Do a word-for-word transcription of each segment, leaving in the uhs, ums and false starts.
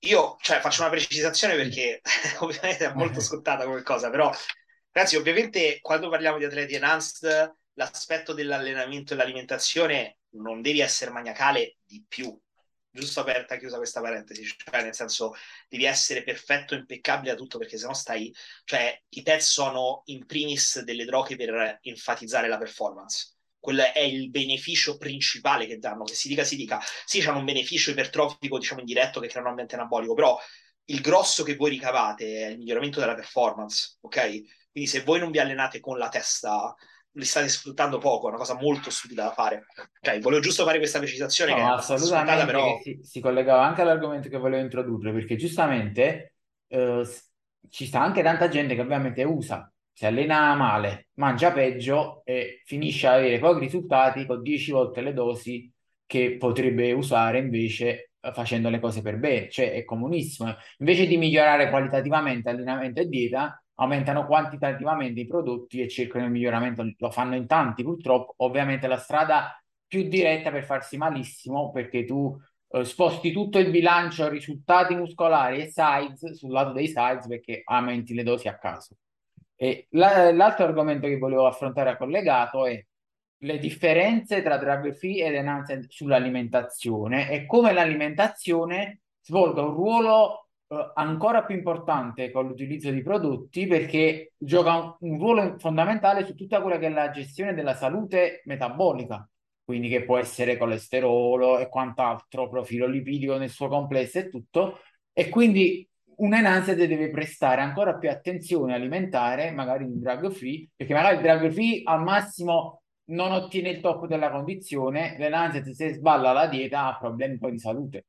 io, cioè, faccio una precisazione perché ovviamente è molto scontata come cosa, però, ragazzi, ovviamente quando parliamo di atleti enhanced, l'aspetto dell'allenamento e l'alimentazione non devi essere maniacale di più. Giusto aperta, chiusa questa parentesi, cioè nel senso devi essere perfetto, impeccabile da tutto perché sennò stai, cioè i pet sono in primis delle droghe per enfatizzare la performance. Quello è il beneficio principale che danno, che si dica si dica sì, c'hanno un beneficio ipertrofico, diciamo indiretto, che crea un ambiente anabolico, però il grosso che voi ricavate è il miglioramento della performance, ok? Quindi se voi non vi allenate con la testa, li state sfruttando poco, è una cosa molto stupida da fare. Ok, volevo giusto fare questa precisazione che No, è ma abbastanza scontata, assolutamente che però si, si collegava anche all'argomento che volevo introdurre, perché giustamente eh, s- ci sta anche tanta gente che ovviamente usa, si allena male, mangia peggio e finisce ad avere pochi risultati con dieci volte le dosi che potrebbe usare invece eh, facendo le cose per bene, cioè è comunissimo. Invece di migliorare qualitativamente allenamento e dieta, aumentano quantitativamente i prodotti e cercano il miglioramento, lo fanno in tanti purtroppo. Ovviamente la strada più diretta per farsi malissimo, perché tu eh, sposti tutto il bilancio risultati muscolari e size sul lato dei size perché aumenti le dosi a caso. E la- l'altro argomento che volevo affrontare collegato è le differenze tra drug free ed enhanced sull'alimentazione e come l'alimentazione svolga un ruolo eh, ancora più importante con l'utilizzo di prodotti perché gioca un, un ruolo fondamentale su tutta quella che è la gestione della salute metabolica, quindi che può essere colesterolo e quant'altro, profilo lipidico nel suo complesso e tutto, e quindi un enhanced deve prestare ancora più attenzione alimentare, magari un drug free, perché magari il drug free al massimo non ottiene il top della condizione, l'enhanced se sballa la dieta ha problemi poi di salute.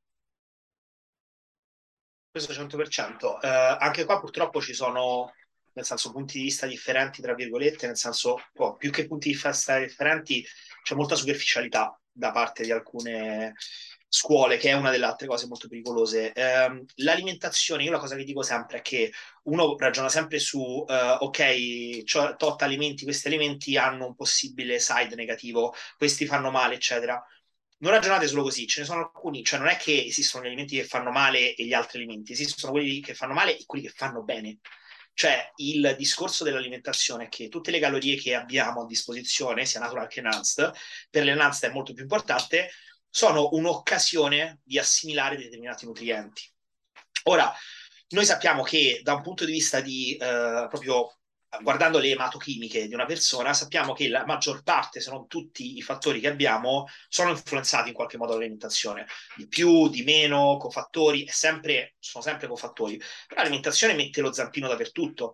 questo cento per cento. Eh, anche qua purtroppo ci sono, nel senso, punti di vista differenti, tra virgolette, nel senso, oh, più che punti di vista differenti, c'è molta superficialità da parte di alcune scuole, che è una delle altre cose molto pericolose. Eh, l'alimentazione, io la cosa che dico sempre è che uno ragiona sempre su, eh, ok, cioè, tot alimenti, questi alimenti hanno un possibile side negativo, questi fanno male, eccetera. Non ragionate solo così, ce ne sono alcuni, cioè non è che esistono gli alimenti che fanno male e gli altri alimenti, esistono quelli che fanno male e quelli che fanno bene. Cioè il discorso dell'alimentazione è che tutte le calorie che abbiamo a disposizione, sia natural che enhanced, per l'enhanced è molto più importante, sono un'occasione di assimilare determinati nutrienti. Ora, noi sappiamo che da un punto di vista di eh, proprio guardando le ematochimiche di una persona, sappiamo che la maggior parte, se non tutti i fattori che abbiamo, sono influenzati in qualche modo dall'alimentazione, di più, di meno, cofattori, è sempre, sono sempre cofattori. Però l'alimentazione mette lo zampino dappertutto.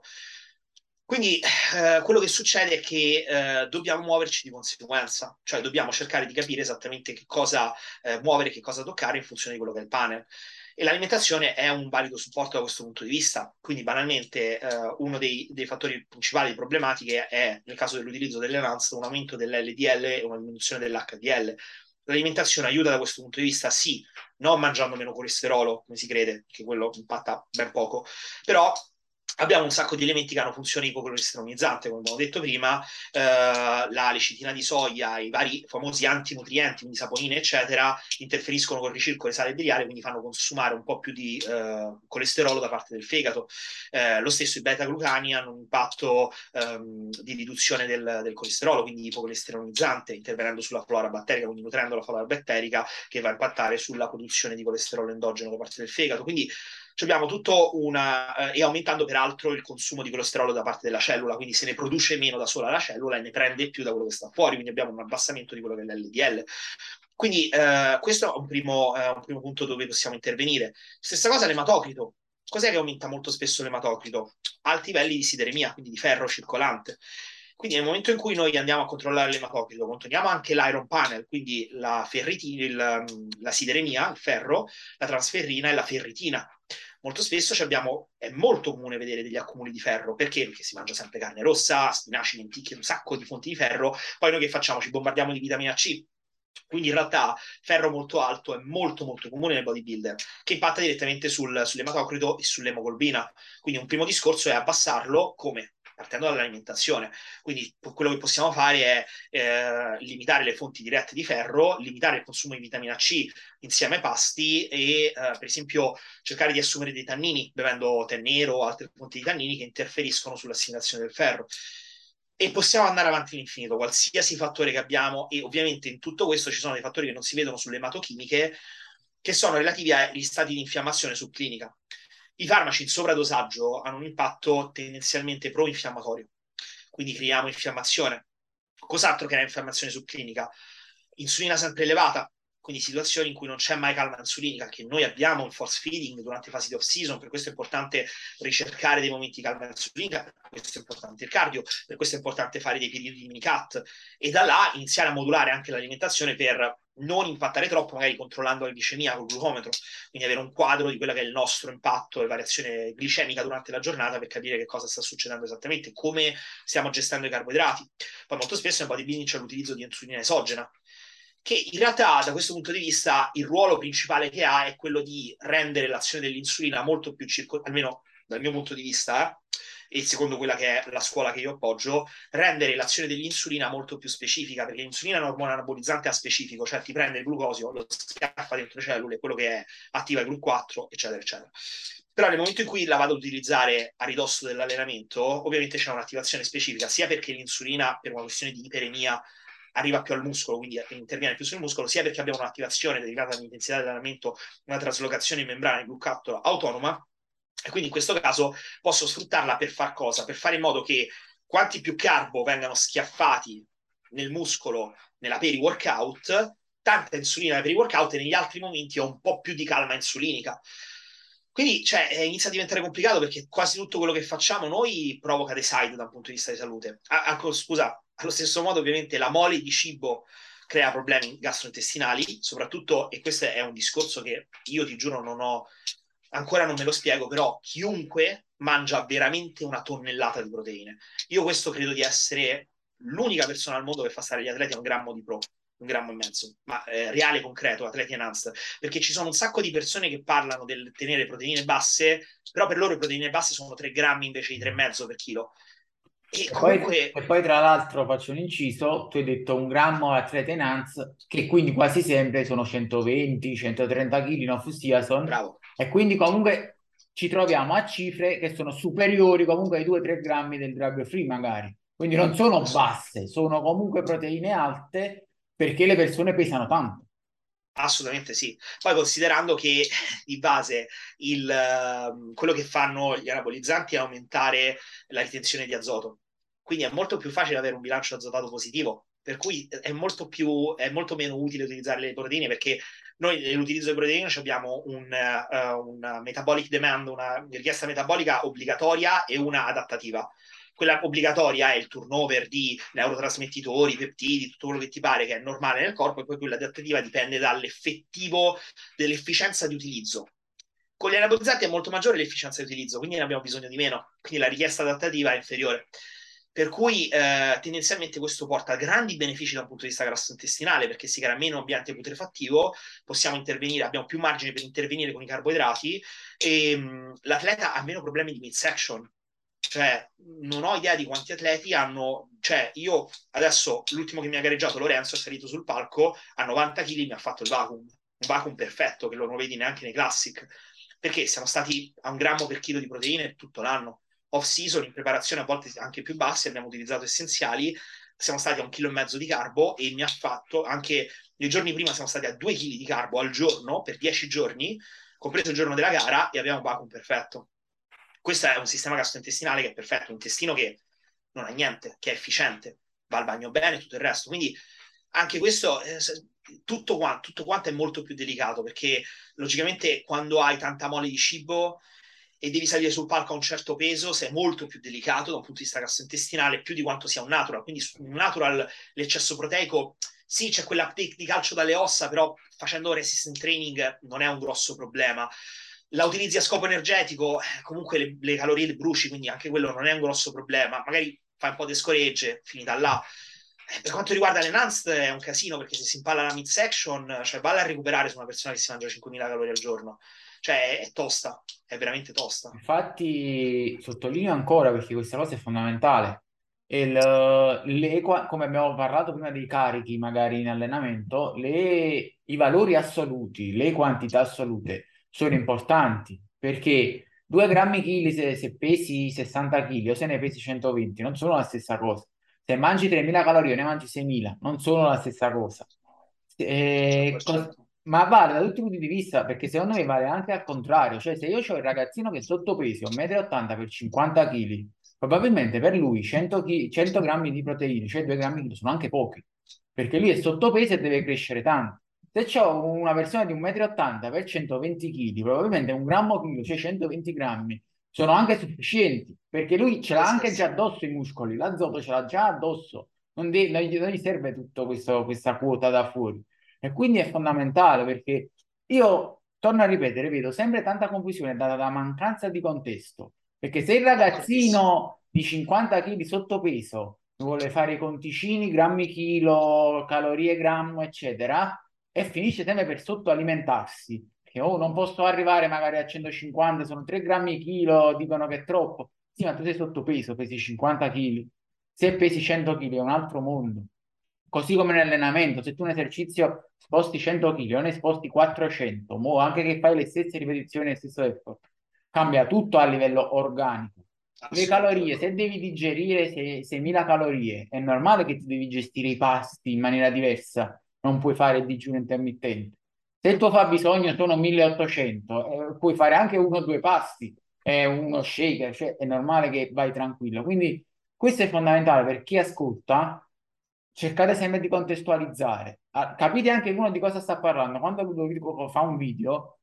Quindi eh, quello che succede è che eh, dobbiamo muoverci di conseguenza, cioè dobbiamo cercare di capire esattamente che cosa eh, muovere, che cosa toccare in funzione di quello che è il panel. E l'alimentazione è un valido supporto da questo punto di vista. Quindi, banalmente, eh, uno dei, dei fattori principali di problematiche è, nel caso dell'utilizzo dell'enhanced, un aumento dell'L D L e una diminuzione dell'H D L. L'alimentazione aiuta da questo punto di vista, sì, non mangiando meno colesterolo, come si crede, che quello impatta ben poco, però abbiamo un sacco di elementi che hanno funzione ipocolesteronizzante, come abbiamo detto prima, eh, la lecitina di soia, i vari famosi antinutrienti, quindi saponine, eccetera, interferiscono con il ricircolo di sale biliare, quindi fanno consumare un po' più di eh, colesterolo da parte del fegato. Eh, lo stesso i beta-glucani hanno un impatto ehm, di riduzione del, del colesterolo, quindi ipocolesteronizzante, intervenendo sulla flora batterica, quindi nutrendo la flora batterica, che va a impattare sulla produzione di colesterolo endogeno da parte del fegato. Quindi abbiamo tutto una, eh, e aumentando peraltro il consumo di colesterolo da parte della cellula, quindi se ne produce meno da sola la cellula e ne prende più da quello che sta fuori, quindi abbiamo un abbassamento di quello che è l'L D L. Quindi eh, questo è un primo, eh, un primo punto dove possiamo intervenire. Stessa cosa l'ematocrito. Cos'è che aumenta molto spesso l'ematocrito? Alti livelli di sideremia, quindi di ferro circolante. Quindi nel momento in cui noi andiamo a controllare l'ematocrito, controlliamo anche l'iron panel, quindi la, ferritina, il, la sideremia, il ferro, la transferrina e la ferritina. Molto spesso abbiamo, è molto comune vedere degli accumuli di ferro, perché? Perché si mangia sempre carne rossa, spinaci, lenticchie, un sacco di fonti di ferro, poi noi che facciamo? Ci bombardiamo di vitamina C, quindi in realtà ferro molto alto è molto molto comune nel bodybuilder, che impatta direttamente sul, sull'ematocrito e sull'emoglobina. Quindi un primo discorso è abbassarlo come? partendo dall'alimentazione. Quindi quello che possiamo fare è eh, limitare le fonti dirette di ferro, limitare il consumo di vitamina C insieme ai pasti e eh, per esempio cercare di assumere dei tannini bevendo tè nero o altre fonti di tannini che interferiscono sull'assimilazione del ferro. E possiamo andare avanti all'infinito, qualsiasi fattore che abbiamo, e ovviamente in tutto questo ci sono dei fattori che non si vedono sulle ematochimiche, che sono relativi agli stati di infiammazione subclinica. I farmaci in sovradosaggio hanno un impatto tendenzialmente pro-infiammatorio, quindi creiamo infiammazione. Cos'altro crea infiammazione subclinica? Insulina sempre elevata, quindi situazioni in cui non c'è mai calma insulinica, che noi abbiamo in force feeding durante le fasi di off-season, per questo è importante ricercare dei momenti di calma insulinica, per questo è importante il cardio, per questo è importante fare dei periodi di mini-cut, e da là iniziare a modulare anche l'alimentazione per non impattare troppo, magari controllando la glicemia col glucometro, quindi avere un quadro di quello che è il nostro impatto e variazione glicemica durante la giornata per capire che cosa sta succedendo esattamente, come stiamo gestendo i carboidrati. Poi molto spesso nel bodybuilding c'è l'utilizzo di insulina esogena, che in realtà da questo punto di vista il ruolo principale che ha è quello di rendere l'azione dell'insulina molto più circolare, almeno dal mio punto di vista, eh, e secondo quella che è la scuola che io appoggio, rendere l'azione dell'insulina molto più specifica, perché l'insulina è un ormone anabolizzante aspecifico, cioè ti prende il glucosio, lo schiaffa dentro le cellule, quello che è, attiva il gluc quattro, eccetera, eccetera. Però nel momento in cui la vado ad utilizzare a ridosso dell'allenamento, ovviamente c'è un'attivazione specifica, sia perché l'insulina, per una questione di iperemia, arriva più al muscolo, quindi interviene più sul muscolo, sia perché abbiamo un'attivazione derivata dall'intensità dell'allenamento, una traslocazione in membrana di gluc quattro autonoma, e quindi in questo caso posso sfruttarla per far cosa? Per fare in modo che quanti più carbo vengano schiaffati nel muscolo nella peri-workout, tanta insulina nella peri-workout, e negli altri momenti ho un po' più di calma insulinica. Quindi cioè, inizia a diventare complicato perché quasi tutto quello che facciamo noi provoca dei side da un punto di vista di salute. Ah, ah, scusa, allo stesso modo ovviamente la mole di cibo crea problemi gastrointestinali, soprattutto, e questo è un discorso che io ti giuro non ho, ancora non me lo spiego, però chiunque mangia veramente una tonnellata di proteine. Io questo credo di essere l'unica persona al mondo che fa stare gli atleti a un grammo di pro, un grammo e mezzo, ma eh, reale, concreto, atleti enhanced, perché ci sono un sacco di persone che parlano del tenere proteine basse, però per loro le proteine basse sono tre grammi invece di tre virgola cinque per chilo. E, E poi, comunque... e poi tra l'altro faccio un inciso, tu hai detto un grammo a Trade Enhance, che quindi quasi sempre sono centoventi centotrenta kg in off-season, Bravo. e quindi comunque ci troviamo a cifre che sono superiori comunque ai due tre grammi del drug free magari. Quindi non sono basse, sono comunque proteine alte perché le persone pesano tanto. Assolutamente sì. Poi considerando che di base il, uh, quello che fanno gli anabolizzanti è aumentare la ritenzione di azoto, quindi è molto più facile avere un bilancio azotato positivo, per cui è molto, più, è molto meno utile utilizzare le proteine, perché noi nell'utilizzo di proteine abbiamo un, uh, una metabolic demand, una richiesta metabolica obbligatoria e una adattativa. Quella obbligatoria è il turnover di neurotrasmettitori, peptidi, tutto quello che ti pare che è normale nel corpo, e poi quella adattativa dipende dall'effettivo dell'efficienza di utilizzo. Con gli anabolizzanti è molto maggiore l'efficienza di utilizzo, quindi ne abbiamo bisogno di meno, quindi la richiesta adattativa è inferiore. Per cui eh, tendenzialmente questo porta a grandi benefici da un punto di vista gastrointestinale, perché si crea meno ambiente putrefattivo, possiamo intervenire, abbiamo più margine per intervenire con i carboidrati, e mh, l'atleta ha meno problemi di midsection. Cioè, non ho idea di quanti atleti hanno, cioè io adesso l'ultimo che mi ha gareggiato, Lorenzo, è salito sul palco a novanta chili, mi ha fatto il vacuum, un vacuum perfetto che non vedi neanche nei classic, perché siamo stati a un grammo per chilo di proteine tutto l'anno. Off season, in preparazione a volte anche più bassi, abbiamo utilizzato essenziali, siamo stati a un chilo e mezzo di carbo, e mi ha fatto anche nei giorni prima siamo stati a due chili di carbo al giorno per dieci giorni, compreso il giorno della gara, e abbiamo un vacuum perfetto. Questo è un sistema gastrointestinale che è perfetto, un intestino che non ha niente, che è efficiente, va al bagno bene, tutto il resto. Quindi anche questo, eh, tutto, quanto, tutto quanto è molto più delicato, perché logicamente quando hai tanta mole di cibo e devi salire sul palco a un certo peso, sei molto più delicato da un punto di vista gastrointestinale, più di quanto sia un natural. Quindi un natural, l'eccesso proteico, sì, c'è quell'uptake di calcio dalle ossa, però facendo resistance training non è un grosso problema. La utilizzi a scopo energetico, eh, comunque le, le calorie le bruci, quindi anche quello non è un grosso problema. Magari fai un po' di scoregge, finita là. Eh, Per quanto riguarda l'enhanced è un casino perché se si impalla la midsection, cioè vale a recuperare su una persona che si mangia cinquemila calorie al giorno. Cioè è, è tosta, è veramente tosta. Infatti, sottolineo ancora perché questa cosa è fondamentale. Il, le, qua- come abbiamo parlato prima dei carichi, magari in allenamento, le- i valori assoluti, le quantità assolute sono importanti perché due grammi chili se, se pesi sessanta chili o se ne pesi centoventi non sono la stessa cosa. Se mangi tremila calorie o ne mangi seimila non sono la stessa cosa. Eh, cos- cento per cento. ma vale da tutti i punti di vista, perché secondo me vale anche al contrario, cioè se io ho il ragazzino che è sottopeso, uno e ottanta m per cinquanta chili, probabilmente per lui cento, chi- cento grammi di proteine, cioè due grammi chilo, sono anche pochi, perché lui è sottopeso e deve crescere tanto. Se ho una persona di uno e ottanta m per centoventi chili, probabilmente un grammo chilo, cioè centoventi grammi, sono anche sufficienti, perché lui ce l'ha Sì, sì, anche già sì. addosso i muscoli, l'azoto ce l'ha già addosso, non, de- non gli non gli serve tutta questa quota da fuori. E quindi è fondamentale perché io, torno a ripetere, vedo sempre tanta confusione data da mancanza di contesto. Perché se il D'accordissimo. ragazzino di cinquanta chili sottopeso vuole fare i conticini, grammi chilo, calorie grammo, eccetera, e finisce sempre per sottoalimentarsi. Che oh, non posso arrivare magari a centocinquanta, sono tre grammi chilo, dicono che è troppo. Sì, ma tu sei sottopeso, pesi cinquanta chili. Se pesi cento chili è un altro mondo. Così come nell'allenamento, se tu un esercizio sposti cento chili o ne sposti quattrocento, mo anche che fai le stesse ripetizioni e stesso effort, cambia tutto a livello organico. Le Assolutamente calorie, se d'accordo. devi digerire se- seimila calorie, è normale che tu devi gestire i pasti in maniera diversa, non puoi fare il digiuno intermittente. Se il tuo fabbisogno sono milleottocento, eh, puoi fare anche uno o due pasti, è uno shaker, cioè è normale che vai tranquillo. Quindi questo è fondamentale per chi ascolta, cercate sempre di contestualizzare. Ah, capite anche uno di cosa sta parlando. Quando Ludovico fa un video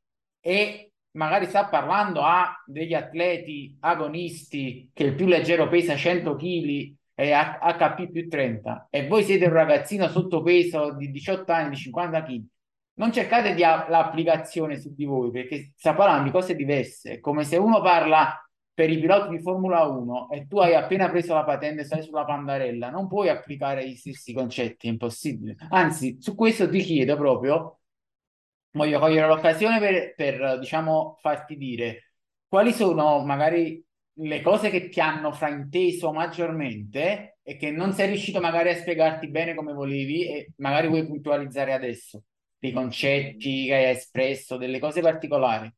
e magari sta parlando a degli atleti agonisti che il più leggero pesa cento chili e H P più trenta e voi siete un ragazzino sottopeso di diciotto anni, di cinquanta chili, non cercate di a- l'applicazione su di voi perché sta parlando di cose diverse. È come se uno parla per i piloti di Formula uno e tu hai appena preso la patente e stai sulla pandarella, non puoi applicare gli stessi concetti, è impossibile. Anzi, su questo ti chiedo proprio, voglio cogliere l'occasione per, per, diciamo, farti dire quali sono magari le cose che ti hanno frainteso maggiormente e che non sei riuscito magari a spiegarti bene come volevi e magari vuoi puntualizzare adesso, dei concetti che hai espresso, delle cose particolari.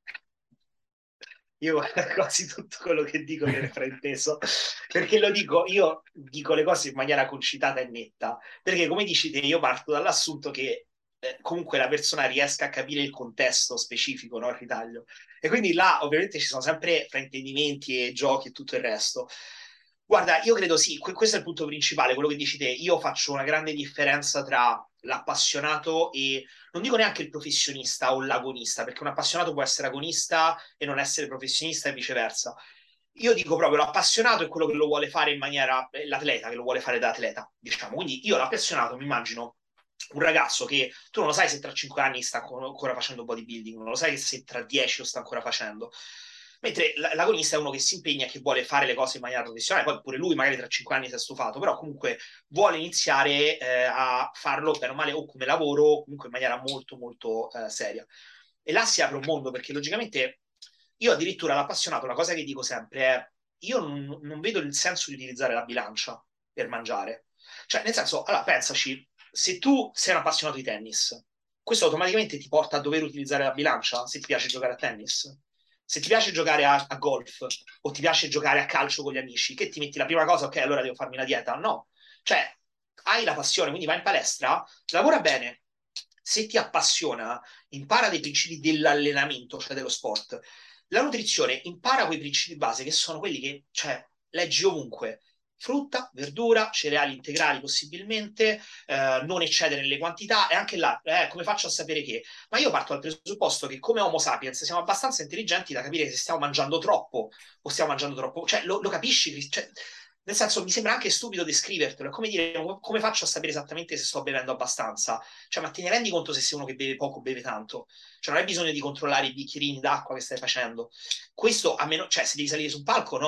Io quasi tutto quello che dico viene frainteso, perché lo dico, io dico le cose in maniera concitata e netta, perché come dici te, io parto dall'assunto che eh, comunque la persona riesca a capire il contesto specifico, no, il ritaglio. E quindi là ovviamente ci sono sempre fraintendimenti e giochi e tutto il resto. Guarda, io credo sì, que- questo è il punto principale, quello che dici te. Io faccio una grande differenza tra l'appassionato e non dico neanche il professionista o l'agonista, perché un appassionato può essere agonista e non essere professionista e viceversa. Io dico proprio l'appassionato è quello che lo vuole fare in maniera, è l'atleta che lo vuole fare da atleta, diciamo. Quindi io l'appassionato mi immagino un ragazzo che tu non lo sai se tra cinque anni sta ancora facendo bodybuilding, non lo sai se tra dieci lo sta ancora facendo. Mentre l'agonista è uno che si impegna e che vuole fare le cose in maniera professionale, poi pure lui magari tra cinque anni si è stufato, però comunque vuole iniziare eh, a farlo bene o male o come lavoro o comunque in maniera molto molto eh, seria. E là si apre un mondo perché logicamente io addirittura l'appassionato, la cosa che dico sempre è io non, non vedo il senso di utilizzare la bilancia per mangiare. Cioè, nel senso, allora pensaci, se tu sei un appassionato di tennis, questo automaticamente ti porta a dover utilizzare la bilancia se ti piace giocare a tennis. Se ti piace giocare a, a golf o ti piace giocare a calcio con gli amici, che ti metti la prima cosa, ok, allora devo farmi la dieta? No. Cioè, hai la passione, quindi vai in palestra, lavora bene. Se ti appassiona, impara dei principi dell'allenamento, cioè dello sport. La nutrizione impara quei principi base che sono quelli che, cioè, leggi ovunque. Frutta, verdura, cereali integrali possibilmente, eh, non eccedere nelle quantità e anche là, eh, come faccio a sapere che? Ma io parto dal presupposto che come Homo sapiens siamo abbastanza intelligenti da capire che se stiamo mangiando troppo o stiamo mangiando troppo, cioè lo, lo capisci? Cioè, nel senso, mi sembra anche stupido descrivertelo, è come dire, come, come faccio a sapere esattamente se sto bevendo abbastanza? Cioè, ma te ne rendi conto se sei uno che beve poco o beve tanto? Cioè, non hai bisogno di controllare i bicchierini d'acqua che stai facendo. Questo, a meno, cioè, se devi salire su un palco, no.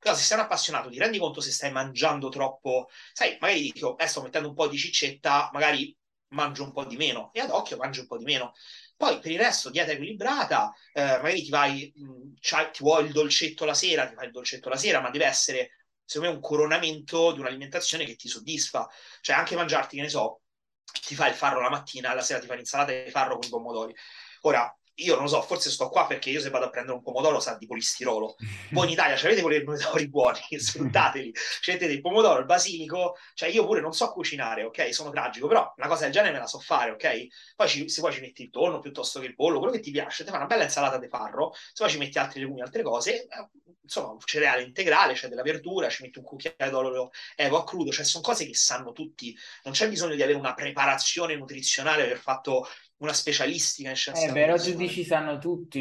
Però se sei un appassionato ti rendi conto se stai mangiando troppo, sai, magari dico, eh, sto mettendo un po' di ciccetta, magari mangio un po' di meno, e ad occhio mangi un po' di meno. Poi per il resto, dieta equilibrata, eh, magari ti vai, mh, c'hai- ti vuoi il dolcetto la sera, ti fai il dolcetto la sera, ma deve essere, secondo me, un coronamento di un'alimentazione che ti soddisfa. Cioè anche mangiarti, che ne so, ti fai il farro la mattina, la sera ti fai l'insalata di farro con i pomodori. Ora, io non lo so, forse sto qua perché io se vado a prendere un pomodoro sa di polistirolo. Voi in Italia avete quei pomodori buoni, sfruttateli. Scegliete il pomodoro, il basilico. Cioè io pure non so cucinare, ok? Sono tragico, però una cosa del genere me la so fare, ok? Poi ci, se poi ci metti il tonno piuttosto che il pollo, quello che ti piace, ti fa una bella insalata di farro, se poi ci metti altri legumi, altre cose, eh, insomma, un cereale integrale, c'è della verdura, ci metti un cucchiaio d'olio evo a crudo, cioè sono cose che sanno tutti. Non c'è bisogno di avere una preparazione nutrizionale per fatto una specialistica in Eh, scienze però tu nutrizionali. dici sanno tutti,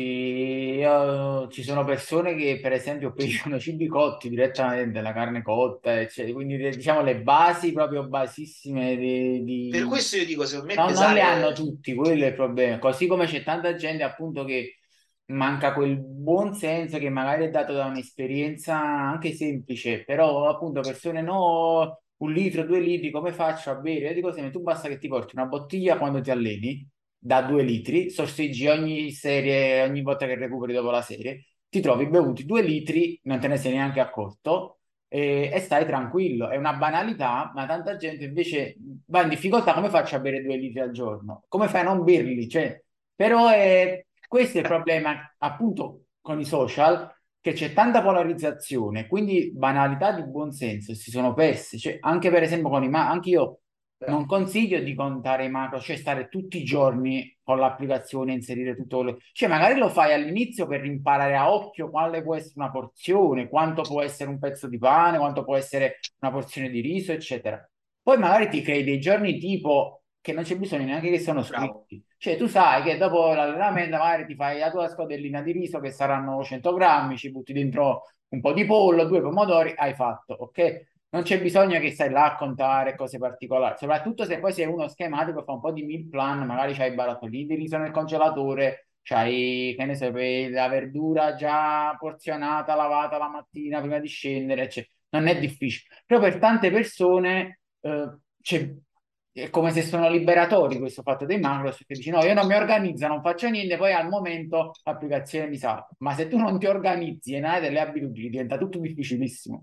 io, ci sono persone che per esempio pescano cibi cotti direttamente, la carne cotta, eccetera. Quindi diciamo le basi proprio basissime di, Per di- questo io dico, secondo me no, non le hanno pesare. tutti, quello è il problema. Così come c'è tanta gente appunto che manca quel buon senso che magari è dato da un'esperienza anche semplice, però appunto persone no, un litro, due litri, come faccio a bere? Io dico sempre, tu basta che ti porti una bottiglia quando ti alleni da due litri, sorseggi ogni serie, ogni volta che recuperi dopo la serie, ti trovi bevuti due litri, non te ne sei neanche accorto e, e stai tranquillo. È una banalità, ma tanta gente invece va in difficoltà. Come faccio a bere due litri al giorno? Come fai a non berli? Cioè, però è, questo è il problema appunto con i social, che c'è tanta polarizzazione, quindi banalità di buonsenso si sono perse. Cioè, anche per esempio con i ma anche io non consiglio di contare i macro, cioè stare tutti i giorni con l'applicazione, inserire tutto quello. Cioè, magari lo fai all'inizio per imparare a occhio quale può essere una porzione, quanto può essere un pezzo di pane, quanto può essere una porzione di riso, eccetera. Poi magari ti crei dei giorni tipo che non c'è bisogno neanche che siano Bravo. scritti. Cioè, tu sai che dopo l'allenamento magari ti fai la tua scodellina di riso che saranno cento grammi, ci butti dentro un po' di pollo, due pomodori, hai fatto, ok? Non c'è bisogno che stai là a contare cose particolari, soprattutto se poi sei uno schematico, fa un po' di meal plan, magari c'hai i barattolini di riso nel congelatore, c'hai, che ne so, la verdura già porzionata, lavata la mattina prima di scendere, eccetera. Non è difficile. Però per tante persone eh, c'è- è come se sono liberatori questo fatto dei macros, che dici no, io non mi organizzo, non faccio niente, poi al momento l'applicazione mi sa. Ma se tu non ti organizzi e non hai delle abitudini, diventa tutto difficilissimo.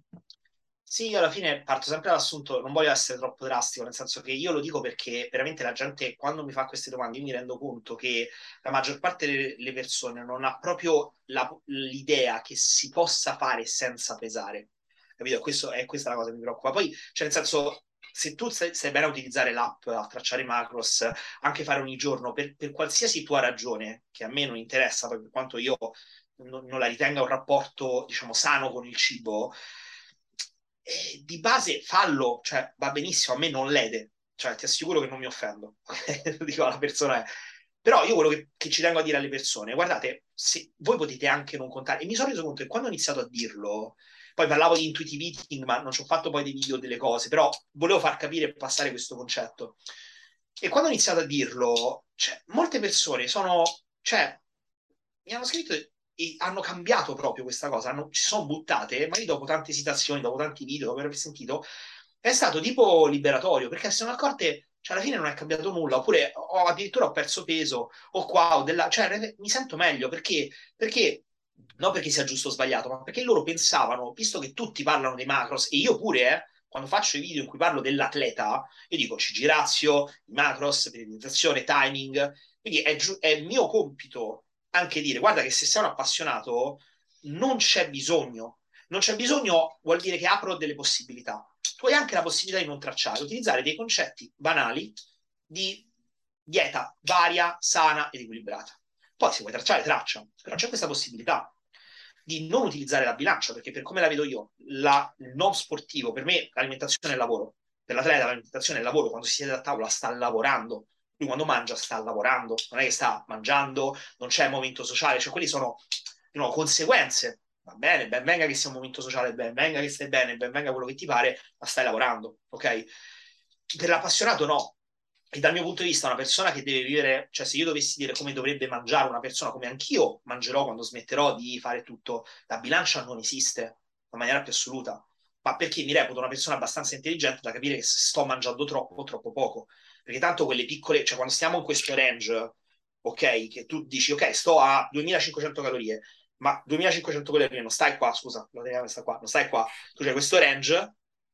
Sì, io alla fine parto sempre dall'assunto, non voglio essere troppo drastico, nel senso che io lo dico perché veramente la gente, quando mi fa queste domande, io mi rendo conto che la maggior parte delle persone non ha proprio la- l'idea che si possa fare senza pesare. Capito? Questo è, questa è la cosa che mi preoccupa. Poi, cioè, nel senso, se tu stai, stai bene a utilizzare l'app, a tracciare i macros, anche fare ogni giorno, per, per qualsiasi tua ragione, che a me non interessa, poi per quanto io non, non la ritenga un rapporto, diciamo, sano con il cibo, eh, di base fallo, cioè va benissimo, a me non lede, cioè ti assicuro che non mi offendo, lo dico alla persona. È. Però io quello che, che ci tengo a dire alle persone, guardate, se voi potete anche non contare, e mi sono reso conto che quando ho iniziato a dirlo, poi parlavo di intuitive eating, ma non ci ho fatto poi dei video delle cose, però volevo far capire e passare questo concetto. E quando ho iniziato a dirlo, cioè, molte persone sono, cioè, mi hanno scritto e hanno cambiato proprio questa cosa, hanno, ci sono buttate, magari dopo tante citazioni, dopo tanti video, dopo aver sentito, è stato tipo liberatorio, perché si sono accorte, cioè alla fine non è cambiato nulla, oppure ho, addirittura ho perso peso, o qua, o della, cioè mi sento meglio, perché, perché non perché sia giusto o sbagliato, ma perché loro pensavano, visto che tutti parlano dei macros, e io pure, eh, quando faccio i video in cui parlo dell'atleta, io dico C G ratio, i macros, periodizzazione, timing, quindi è, giu- è mio compito anche dire, guarda che se sei un appassionato non c'è bisogno, non c'è bisogno vuol dire che apro delle possibilità. Tu hai anche la possibilità di non tracciare, utilizzare dei concetti banali di dieta varia, sana ed equilibrata. Poi se vuoi tracciare, traccia, però c'è questa possibilità di non utilizzare la bilancia, perché per come la vedo io, la, il non sportivo, per me l'alimentazione è il lavoro, per l'atleta l'alimentazione è il lavoro, quando si siede a tavola sta lavorando, lui quando mangia sta lavorando, non è che sta mangiando, non c'è momento sociale, cioè quelli sono you know, conseguenze. Va bene, ben venga che sia un momento sociale, ben venga che stai bene, ben venga quello che ti pare, ma stai lavorando, ok? Per l'appassionato no. E dal mio punto di vista, una persona che deve vivere, cioè se io dovessi dire come dovrebbe mangiare una persona, come anch'io mangerò quando smetterò di fare tutto, la bilancia non esiste. in maniera più assoluta, ma perché mi reputo una persona abbastanza intelligente da capire che se sto mangiando troppo o troppo poco, perché tanto quelle piccole, cioè quando stiamo in questo range, ok, che tu dici, ok, sto a duemilacinquecento calorie, ma duemilacinquecento calorie non stai qua, scusa, non teniamo questa qua, non stai qua, tu c'hai questo range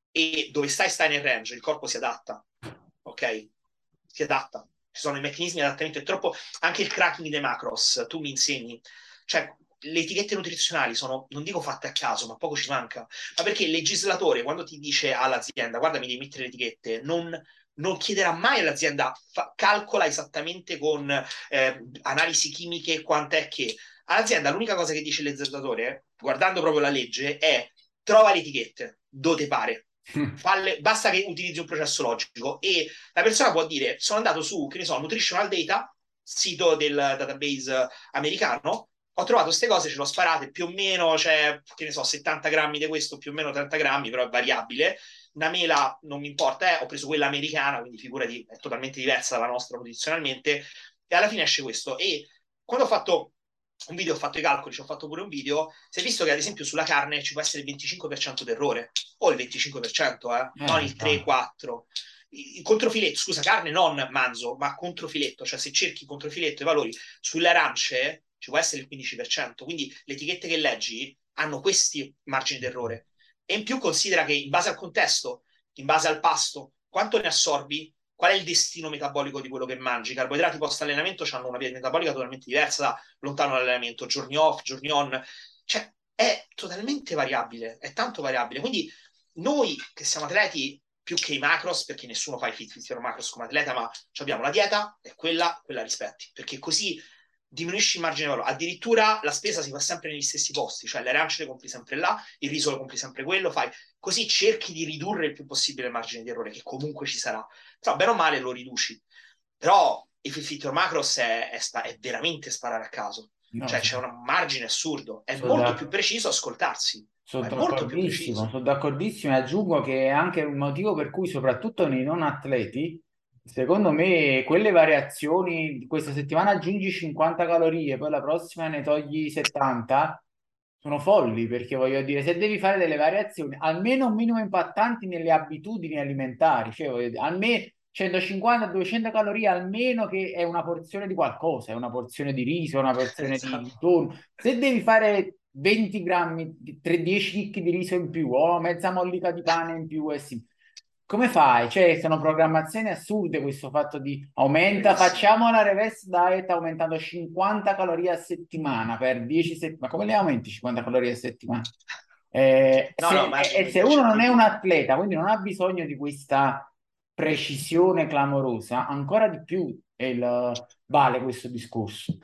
e dove stai stai nel range, il corpo si adatta, ok? Si adatta. Ci sono i meccanismi di adattamento, è troppo... Anche il cracking dei macros, tu mi insegni, cioè le etichette nutrizionali sono, non dico fatte a caso, ma poco ci manca, ma perché il legislatore quando ti dice all'azienda guarda mi devi mettere le etichette, non, non chiederà mai all'azienda fa, calcola esattamente con eh, analisi chimiche quant'è che all'azienda l'unica cosa che dice il legislatore, guardando proprio la legge, è trova le etichette, dove te pare. Falle, basta che utilizzi un processo logico e la persona può dire sono andato su, che ne so, Nutritional Data, sito del database americano, ho trovato queste cose, ce le ho sparate più o meno, cioè, che ne so, settanta grammi di questo, più o meno trenta grammi, però è variabile. Una mela non mi importa, eh, ho preso quella americana, quindi figurati, è totalmente diversa dalla nostra nutrizionalmente, e alla fine esce questo. E quando ho fatto un video, ho fatto i calcoli, ci ho fatto pure un video, si è visto che ad esempio sulla carne ci può essere il venticinque per cento d'errore, o il venticinque per cento, eh, non Eh, il ah. tre quattro. Il controfiletto, scusa, carne non manzo, ma controfiletto, cioè se cerchi controfiletto i valori sulle arance ci può essere il quindici per cento, quindi le etichette che leggi hanno questi margini d'errore. E in più considera che in base al contesto, in base al pasto, quanto ne assorbi, qual è il destino metabolico di quello che mangi. I carboidrati post-allenamento hanno una via metabolica totalmente diversa da lontano dall'allenamento, giorni off, giorni on, cioè è totalmente variabile, è tanto variabile. Quindi noi che siamo atleti, più che i macros, perché nessuno fa i fit, fit macros come atleta, ma abbiamo la dieta e quella, quella rispetti, perché così diminuisci il margine di valore. Addirittura la spesa si fa sempre negli stessi posti, cioè le arance le compri sempre là, il riso lo compri sempre quello, fai così cerchi di ridurre il più possibile il margine di errore, che comunque ci sarà. Però bene o male lo riduci. Però i fit macros è, è, spa- è veramente sparare a caso. No, Cioè c'è un margine assurdo. È sono molto più da- preciso ascoltarsi, sono ma è molto più d'accordissimo, preciso. sono d'accordissimo e aggiungo che è anche un motivo per cui, soprattutto nei non atleti, secondo me quelle variazioni, questa settimana aggiungi cinquanta calorie, poi la prossima ne togli settanta, sono folli, perché voglio dire, se devi fare delle variazioni, almeno un minimo impattanti nelle abitudini alimentari, cioè voglio dire, almeno centocinquanta duecento calorie almeno che è una porzione di qualcosa, è una porzione di riso, una porzione di, di Esatto. tonno. Se devi fare venti grammi, tre, dieci chicchi di riso in più o mezza mollica di pane in più, eh sì. Come fai? Cioè, sono programmazioni assurde questo fatto di aumenta, Verissimo. facciamo la reverse diet aumentando cinquanta calorie a settimana per dieci settimane. Ma come le aumenti cinquanta calorie a settimana? Eh, No, no, se, e e margini se uno non è un impercettibili. atleta, quindi non ha bisogno di questa precisione clamorosa, ancora di più il- vale questo discorso.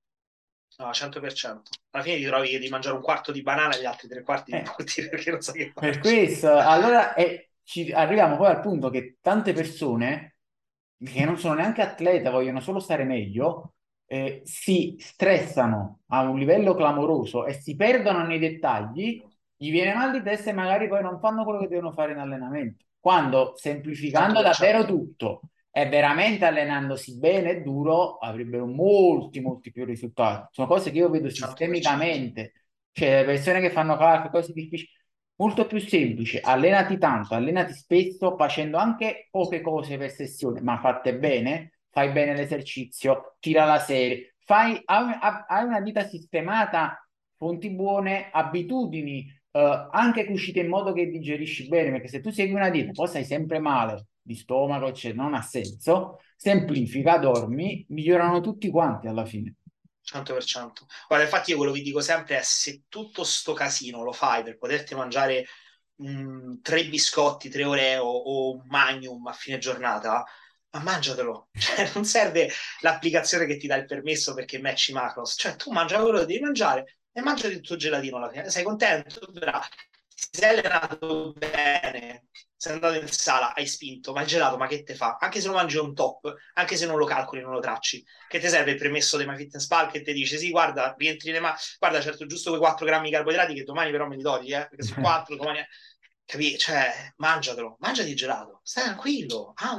No, cento per cento. Alla fine ti trovi che devi mangiare un quarto di banana e gli altri tre quarti li Eh, butti perché non sai che per farci. questo, allora eh, ci arriviamo poi al punto che tante persone che non sono neanche atleta, vogliono solo stare meglio, eh, si stressano a un livello clamoroso e si perdono nei dettagli, gli viene mal di testa e magari poi non fanno quello che devono fare in allenamento. Quando semplificando davvero cento per cento. tutto e veramente allenandosi bene e duro, avrebbero molti, molti più risultati. Sono cose che io vedo cento per cento. sistemicamente, cioè persone che fanno calcolo, cose difficili. Molto più semplice, allenati tanto, allenati spesso, facendo anche poche cose per sessione, ma fatte bene, fai bene l'esercizio, tira la serie, fai, hai, hai una vita sistemata, fonti buone, abitudini, eh, anche cucite in modo che digerisci bene, perché se tu segui una dieta, poi stai sempre male di stomaco, cioè non ha senso, semplifica, dormi, migliorano tutti quanti alla fine. cento per cento. Guarda, infatti io quello che dico sempre è se tutto sto casino lo fai per poterti mangiare mh, tre biscotti, tre Oreo o un Magnum a fine giornata, ma mangiatelo. Cioè, non serve l'applicazione che ti dà il permesso perché matchi macros. Cioè, tu mangia quello che devi mangiare e mangiati il tuo gelatino alla fine. Sei contento? Bravo. Ti sei allenato bene, sei andato in sala, hai spinto, ma il gelato, ma che te fa? Anche se lo mangi un top, anche se non lo calcoli, non lo tracci, che ti serve il permesso di MyFitnessPal che ti dice sì, guarda, rientri le mani, guarda, certo, giusto quei quattro grammi di carboidrati che domani però me li togli, eh, perché sono quattro, domani... Capì? Cioè, mangiatelo, mangiati il gelato, stai tranquillo, amen.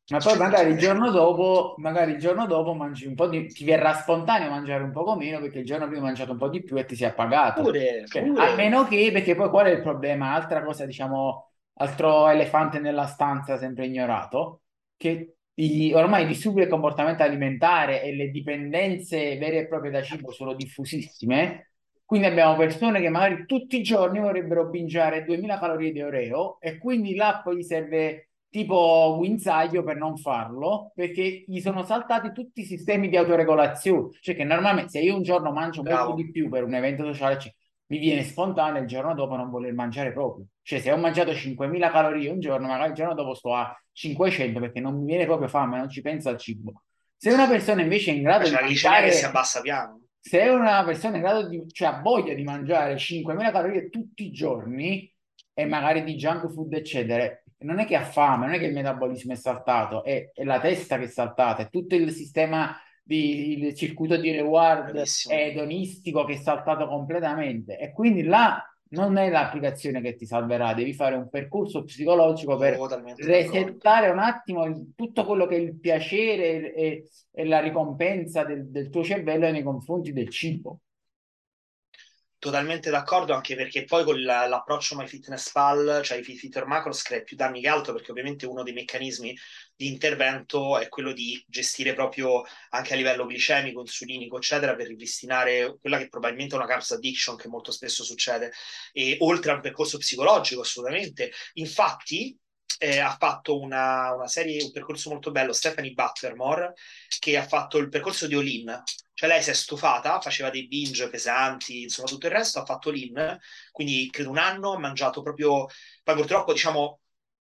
Ma poi Succede, magari il succede. giorno dopo, magari il giorno dopo mangi un po' di, ti verrà spontaneo mangiare un poco meno perché il giorno prima hai mangiato un po' di più e ti sei appagato. Pure, Cioè, a pure. meno che, perché poi qual è il problema? Altra cosa, diciamo, altro elefante nella stanza sempre ignorato, che i- ormai i disturbi del comportamento alimentare e le dipendenze vere e proprie da cibo sono diffusissime. Quindi abbiamo persone che magari tutti i giorni vorrebbero bingiare duemila calorie di Oreo e quindi l'app gli serve tipo guinzaglio per non farlo, perché gli sono saltati tutti i sistemi di autoregolazione. Cioè che normalmente se io un giorno mangio molto Bravo. di più per un evento sociale, cioè, mi viene spontaneo il giorno dopo non voler mangiare proprio. Cioè se ho mangiato cinquemila calorie un giorno, magari il giorno dopo sto a cinquecento perché non mi viene proprio fame, non ci penso al cibo. Se una persona invece è in Poi grado c'è di la glicemia che si mangiare, abbassa piano. se è una persona in grado di, cioè ha voglia di mangiare cinquemila calorie tutti i giorni e magari di junk food, eccetera, non è che ha fame, non è che il metabolismo è saltato, è, è la testa che è saltata, è tutto il sistema di, il circuito di reward Bravissimo. edonistico che è saltato completamente. E quindi là non è l'applicazione che ti salverà, devi fare un percorso psicologico per Totalmente d'accordo. resettare un attimo il- tutto quello che è il piacere e, e la ricompensa del, del tuo cervello nei confronti del cibo. Totalmente d'accordo, anche perché poi con la- l'approccio MyFitnessPal, cioè i Fitter Macros, crea più danni che altro, perché ovviamente uno dei meccanismi di intervento è quello di gestire proprio anche a livello glicemico, insulinico, eccetera, per ripristinare quella che probabilmente è una carbs addiction, che molto spesso succede, e oltre a un percorso psicologico, assolutamente. Infatti, eh, ha fatto una, una serie, un percorso molto bello, Stephanie Buttermore, che ha fatto il percorso di All-In. Cioè lei si è stufata, faceva dei binge pesanti, insomma tutto il resto, ha fatto l'in, quindi credo un anno, ha mangiato proprio. Poi purtroppo diciamo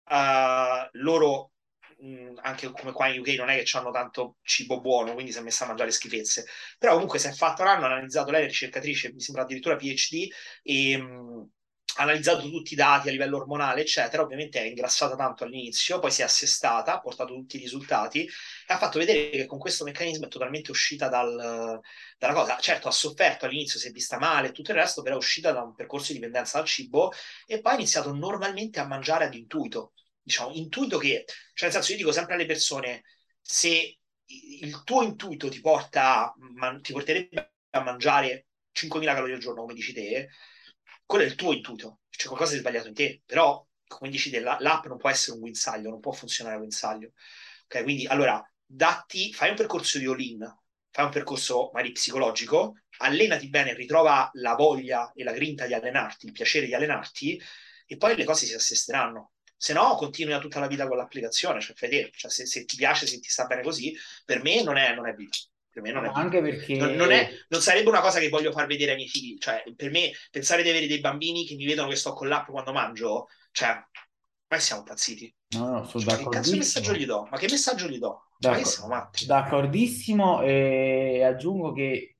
uh, loro, mh, anche come qua in U K, non è che hanno tanto cibo buono, quindi si è messa a mangiare schifezze. Però comunque si è fatto un anno, ha analizzato, lei è ricercatrice, mi sembra addirittura PhD, e mh, ha analizzato tutti i dati a livello ormonale, eccetera. Ovviamente è ingrassata tanto all'inizio, poi si è assestata, ha portato tutti i risultati e ha fatto vedere che con questo meccanismo è totalmente uscita dal, dalla cosa. Certo, ha sofferto all'inizio, si è vista male e tutto il resto, però è uscita da un percorso di dipendenza dal cibo e poi ha iniziato normalmente a mangiare ad intuito. Diciamo, intuito che, cioè nel senso, io dico sempre alle persone, se il tuo intuito ti porta a, man- ti porterebbe a mangiare cinquemila calorie al giorno, come dici te, quello è il tuo intuito, c'è qualcosa di sbagliato in te, però, come dici te, la- l'app non può essere un guinzaglio, non può funzionare a guinzaglio. Ok, quindi allora datti, fai un percorso di all-in, fai un percorso magari psicologico, allenati bene, ritrova la voglia e la grinta di allenarti, il piacere di allenarti, e poi le cose si assesteranno. Se no, continui a tutta la vita con l'applicazione, cioè fai te, cioè, se, se ti piace, se ti sta bene così, per me non è, non è vita. Per me No, non è ma vita. anche Non, non è- perché non sarebbe una cosa che voglio far vedere ai miei figli. Cioè, per me, pensare di avere dei bambini che mi vedono che sto con l'app quando mangio, cioè, ma siamo impazziti. no, no, sono Cioè, ma che cazzo di messaggio gli d'accordissimo. do? Ma che messaggio gli do? Cioè, ma che D'acc- siamo matti? D'accordissimo e aggiungo che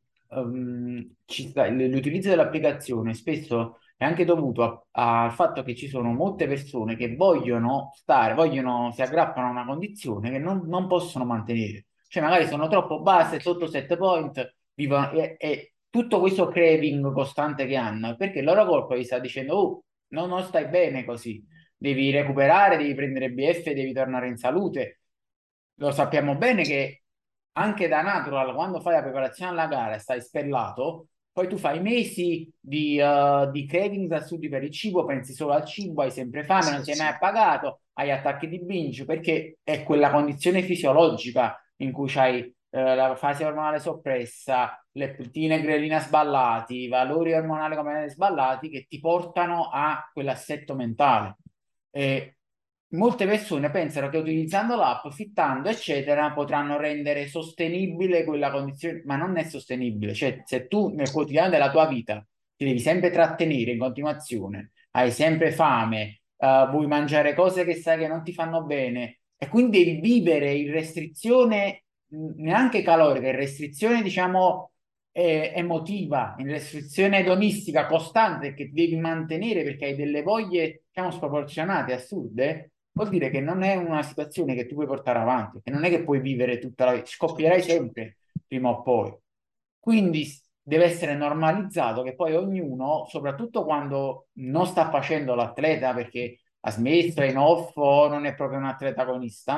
ehm, ci sta- l'utilizzo dell'applicazione spesso è anche dovuto a- al fatto che ci sono molte persone che vogliono stare, vogliono, si aggrappano a una condizione che non, non possono mantenere. Cioè magari sono troppo basse, Anche. sotto set point, vivono, e, e tutto questo craving costante che hanno, è perché il loro corpo gli sta dicendo, oh, no, non stai bene così, devi recuperare, devi prendere B F, devi tornare in salute. Lo sappiamo bene che anche da natural, quando fai la preparazione alla gara e stai spellato, poi tu fai mesi di, eh, di cravings assurdi per il cibo, pensi solo al cibo, hai sempre Eh fame, sì, non eh sei mai sì. appagato, hai attacchi di binge, perché è quella condizione fisiologica in cui hai eh, la fase ormonale soppressa, leptina e grelina sballati, i valori ormonali come sballati che ti portano a quell'assetto mentale. E molte persone pensano che utilizzando l'app, fittando, eccetera, potranno rendere sostenibile quella condizione, ma non è sostenibile. Cioè, se tu nel quotidiano della tua vita ti devi sempre trattenere in continuazione, hai sempre fame, eh, vuoi mangiare cose che sai che non ti fanno bene, e quindi devi vivere in restrizione mh, neanche calorica, in restrizione, diciamo, eh, emotiva, in restrizione edonistica costante che devi mantenere perché hai delle voglie, diciamo, sproporzionate, assurde, vuol dire che non è una situazione che tu puoi portare avanti, che non è che puoi vivere tutta la vita, scoppierai Certo, certo. sempre prima o poi. Quindi s- deve essere normalizzato che poi ognuno, soprattutto quando non sta facendo l'atleta perché ha smesso, è in off o non è proprio un atleta agonista,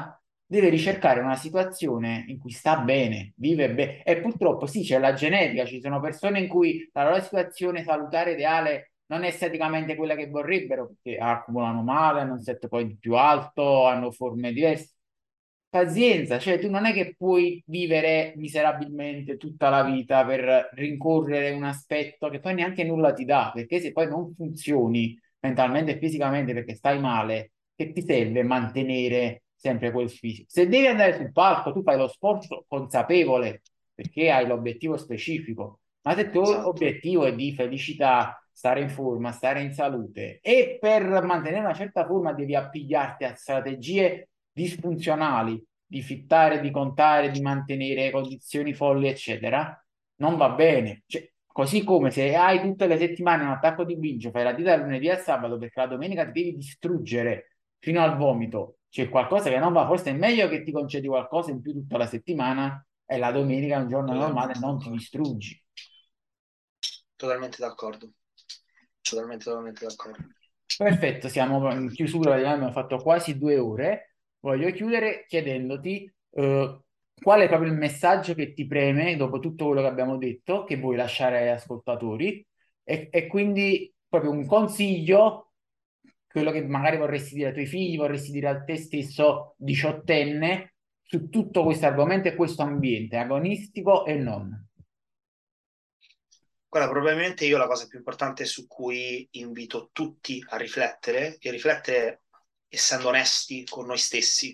deve ricercare una situazione in cui sta bene, vive bene. E purtroppo sì, c'è la genetica, ci sono persone in cui la loro situazione salutare ideale non è esteticamente quella che vorrebbero, perché accumulano male, hanno un set point più alto, hanno forme diverse. Pazienza, cioè tu non è che puoi vivere miserabilmente tutta la vita per rincorrere un aspetto che poi neanche nulla ti dà, perché se poi non funzioni mentalmente e fisicamente perché stai male, che ti serve mantenere sempre quel fisico? Se devi andare sul palco, tu fai lo sforzo consapevole perché hai l'obiettivo specifico, ma se il tuo Esatto, obiettivo è di felicità, stare in forma, stare in salute e per mantenere una certa forma devi appigliarti a strategie disfunzionali di fittare, di contare, di mantenere condizioni folli, eccetera, non va bene. Cioè, così come se hai tutte le settimane un attacco di bingio, fai la dieta dal lunedì al sabato perché la domenica ti devi distruggere fino al vomito, c'è qualcosa che non va, forse è meglio che ti concedi qualcosa in più tutta la settimana e la domenica, un giorno normale, totalmente non ti d'accordo. distruggi. Totalmente d'accordo. Totalmente, totalmente d'accordo. Perfetto, siamo in chiusura, abbiamo fatto quasi due ore. Voglio chiudere chiedendoti eh, qual è proprio il messaggio che ti preme dopo tutto quello che abbiamo detto, che vuoi lasciare agli ascoltatori e, e quindi proprio un consiglio, quello che magari vorresti dire ai tuoi figli, vorresti dire a te stesso diciottenne su tutto questo argomento e questo ambiente agonistico e non. Guarda, probabilmente io la cosa più importante su cui invito tutti a riflettere, e riflettere essendo onesti con noi stessi,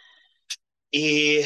e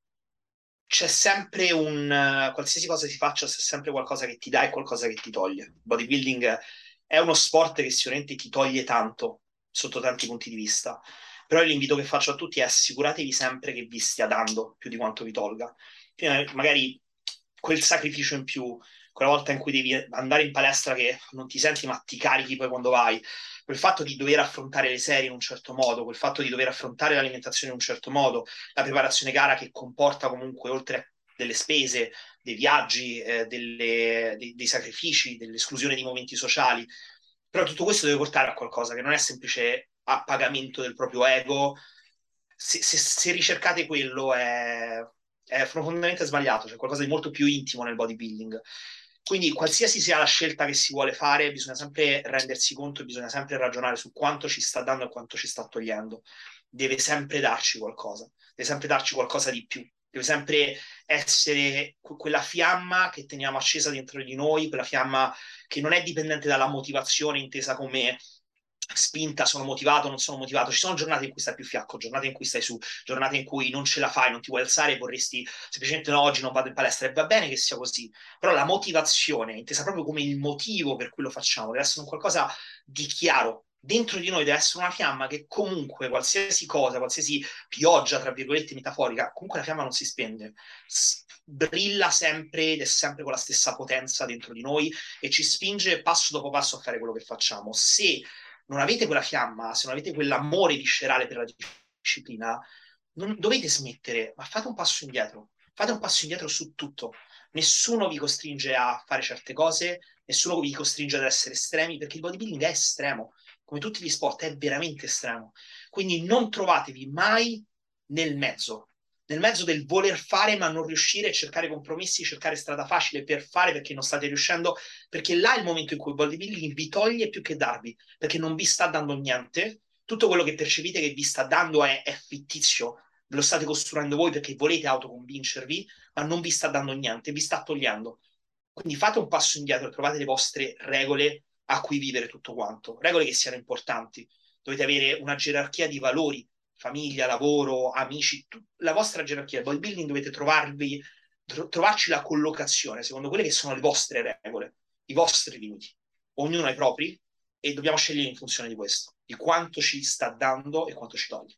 c'è sempre un, eh, qualsiasi cosa si faccia, c'è sempre qualcosa che ti dà e qualcosa che ti toglie. Bodybuilding è uno sport che sicuramente ti toglie tanto sotto tanti punti di vista, però l'invito che faccio a tutti è assicuratevi sempre che vi stia dando più di quanto vi tolga. Quindi, eh, magari quel sacrificio in più, quella volta in cui devi andare in palestra che non ti senti ma ti carichi poi quando vai, quel fatto di dover affrontare le serie in un certo modo, quel fatto di dover affrontare l'alimentazione in un certo modo, la preparazione gara che comporta comunque, oltre delle spese, dei viaggi, eh, delle, dei, dei sacrifici, dell'esclusione di momenti sociali. Però tutto questo deve portare a qualcosa che non è semplice a pagamento del proprio ego. Se, se, se ricercate quello è, è profondamente sbagliato, c'è qualcosa di molto più intimo nel bodybuilding. Quindi qualsiasi sia la scelta che si vuole fare, bisogna sempre rendersi conto e bisogna sempre ragionare su quanto ci sta dando e quanto ci sta togliendo. Deve sempre darci qualcosa, deve sempre darci qualcosa di più, deve sempre essere quella fiamma che teniamo accesa dentro di noi, quella fiamma che non è dipendente dalla motivazione intesa come spinta, sono motivato, non sono motivato. Ci sono giornate in cui stai più fiacco, giornate in cui stai su, giornate in cui non ce la fai, non ti vuoi alzare e vorresti semplicemente no, oggi non vado in palestra. E va bene che sia così, però la motivazione, intesa proprio come il motivo per cui lo facciamo, deve essere un qualcosa di chiaro. Dentro di noi deve essere una fiamma che comunque qualsiasi cosa, qualsiasi pioggia, tra virgolette, metaforica, comunque la fiamma non si spende, S- brilla sempre ed è sempre con la stessa potenza dentro di noi e ci spinge passo dopo passo a fare quello che facciamo. Se non avete quella fiamma, se non avete quell'amore viscerale per la disciplina, non dovete smettere, ma fate un passo indietro. Fate un passo indietro su tutto. Nessuno vi costringe a fare certe cose, nessuno vi costringe ad essere estremi, perché il bodybuilding è estremo, come tutti gli sport, è veramente estremo. Quindi non trovatevi mai nel mezzo, nel mezzo del voler fare ma non riuscire, cercare compromessi, cercare strada facile per fare perché non state riuscendo, perché là è il momento in cui il bodybuilding vi toglie più che darvi, perché non vi sta dando niente. Tutto quello che percepite che vi sta dando è, è fittizio, ve lo state costruendo voi perché volete autoconvincervi, ma non vi sta dando niente, vi sta togliendo. Quindi fate un passo indietro e trovate le vostre regole a cui vivere tutto quanto, regole che siano importanti. Dovete avere una gerarchia di valori, famiglia, lavoro, amici, tu- la vostra gerarchia. Il bodybuilding dovete trovarvi, tro- trovarci la collocazione secondo quelle che sono le vostre regole, i vostri limiti. Ognuno ha i propri e dobbiamo scegliere in funzione di questo, di quanto ci sta dando e quanto ci toglie.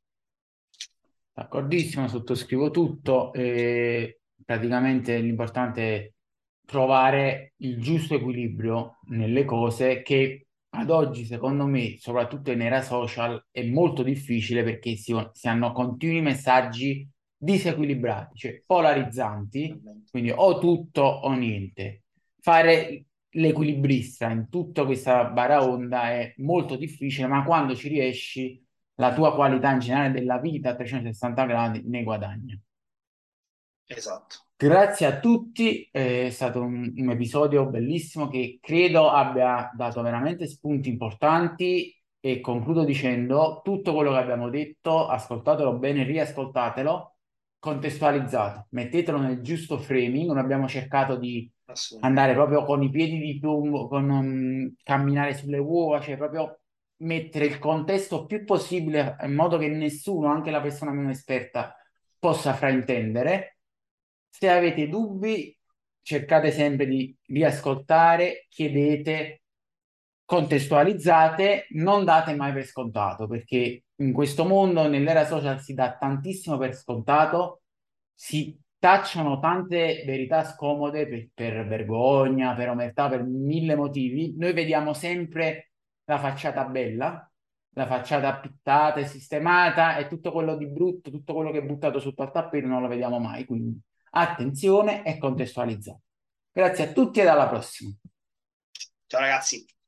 D'accordissimo, sottoscrivo tutto. E praticamente l'importante è trovare il giusto equilibrio nelle cose che ad oggi, secondo me, soprattutto in era social, è molto difficile perché si, si hanno continui messaggi disequilibrati, cioè polarizzanti, Totalmente. quindi o tutto o niente. Fare l'equilibrista in tutta questa baraonda è molto difficile, ma quando ci riesci la tua qualità in generale della vita a trecentosessanta gradi ne guadagna. Esatto. Grazie a tutti, è stato un, un episodio bellissimo che credo abbia dato veramente spunti importanti e concludo dicendo tutto quello che abbiamo detto, ascoltatelo bene, riascoltatelo, contestualizzato, mettetelo nel giusto framing, non abbiamo cercato di andare Assolutamente. proprio con i piedi di piombo, con um, camminare sulle uova, cioè proprio mettere il contesto più possibile in modo che nessuno, anche la persona meno esperta, possa fraintendere. Se avete dubbi, cercate sempre di riascoltare, chiedete, contestualizzate, non date mai per scontato, perché in questo mondo, nell'era social, si dà tantissimo per scontato, si tacciano tante verità scomode per, per vergogna, per omertà, per mille motivi. Noi vediamo sempre la facciata bella, la facciata appittata e sistemata, e tutto quello di brutto, tutto quello che è buttato sotto al tappeto non lo vediamo mai. Quindi attenzione e contestualizzate. Grazie a tutti ed alla prossima. Ciao ragazzi.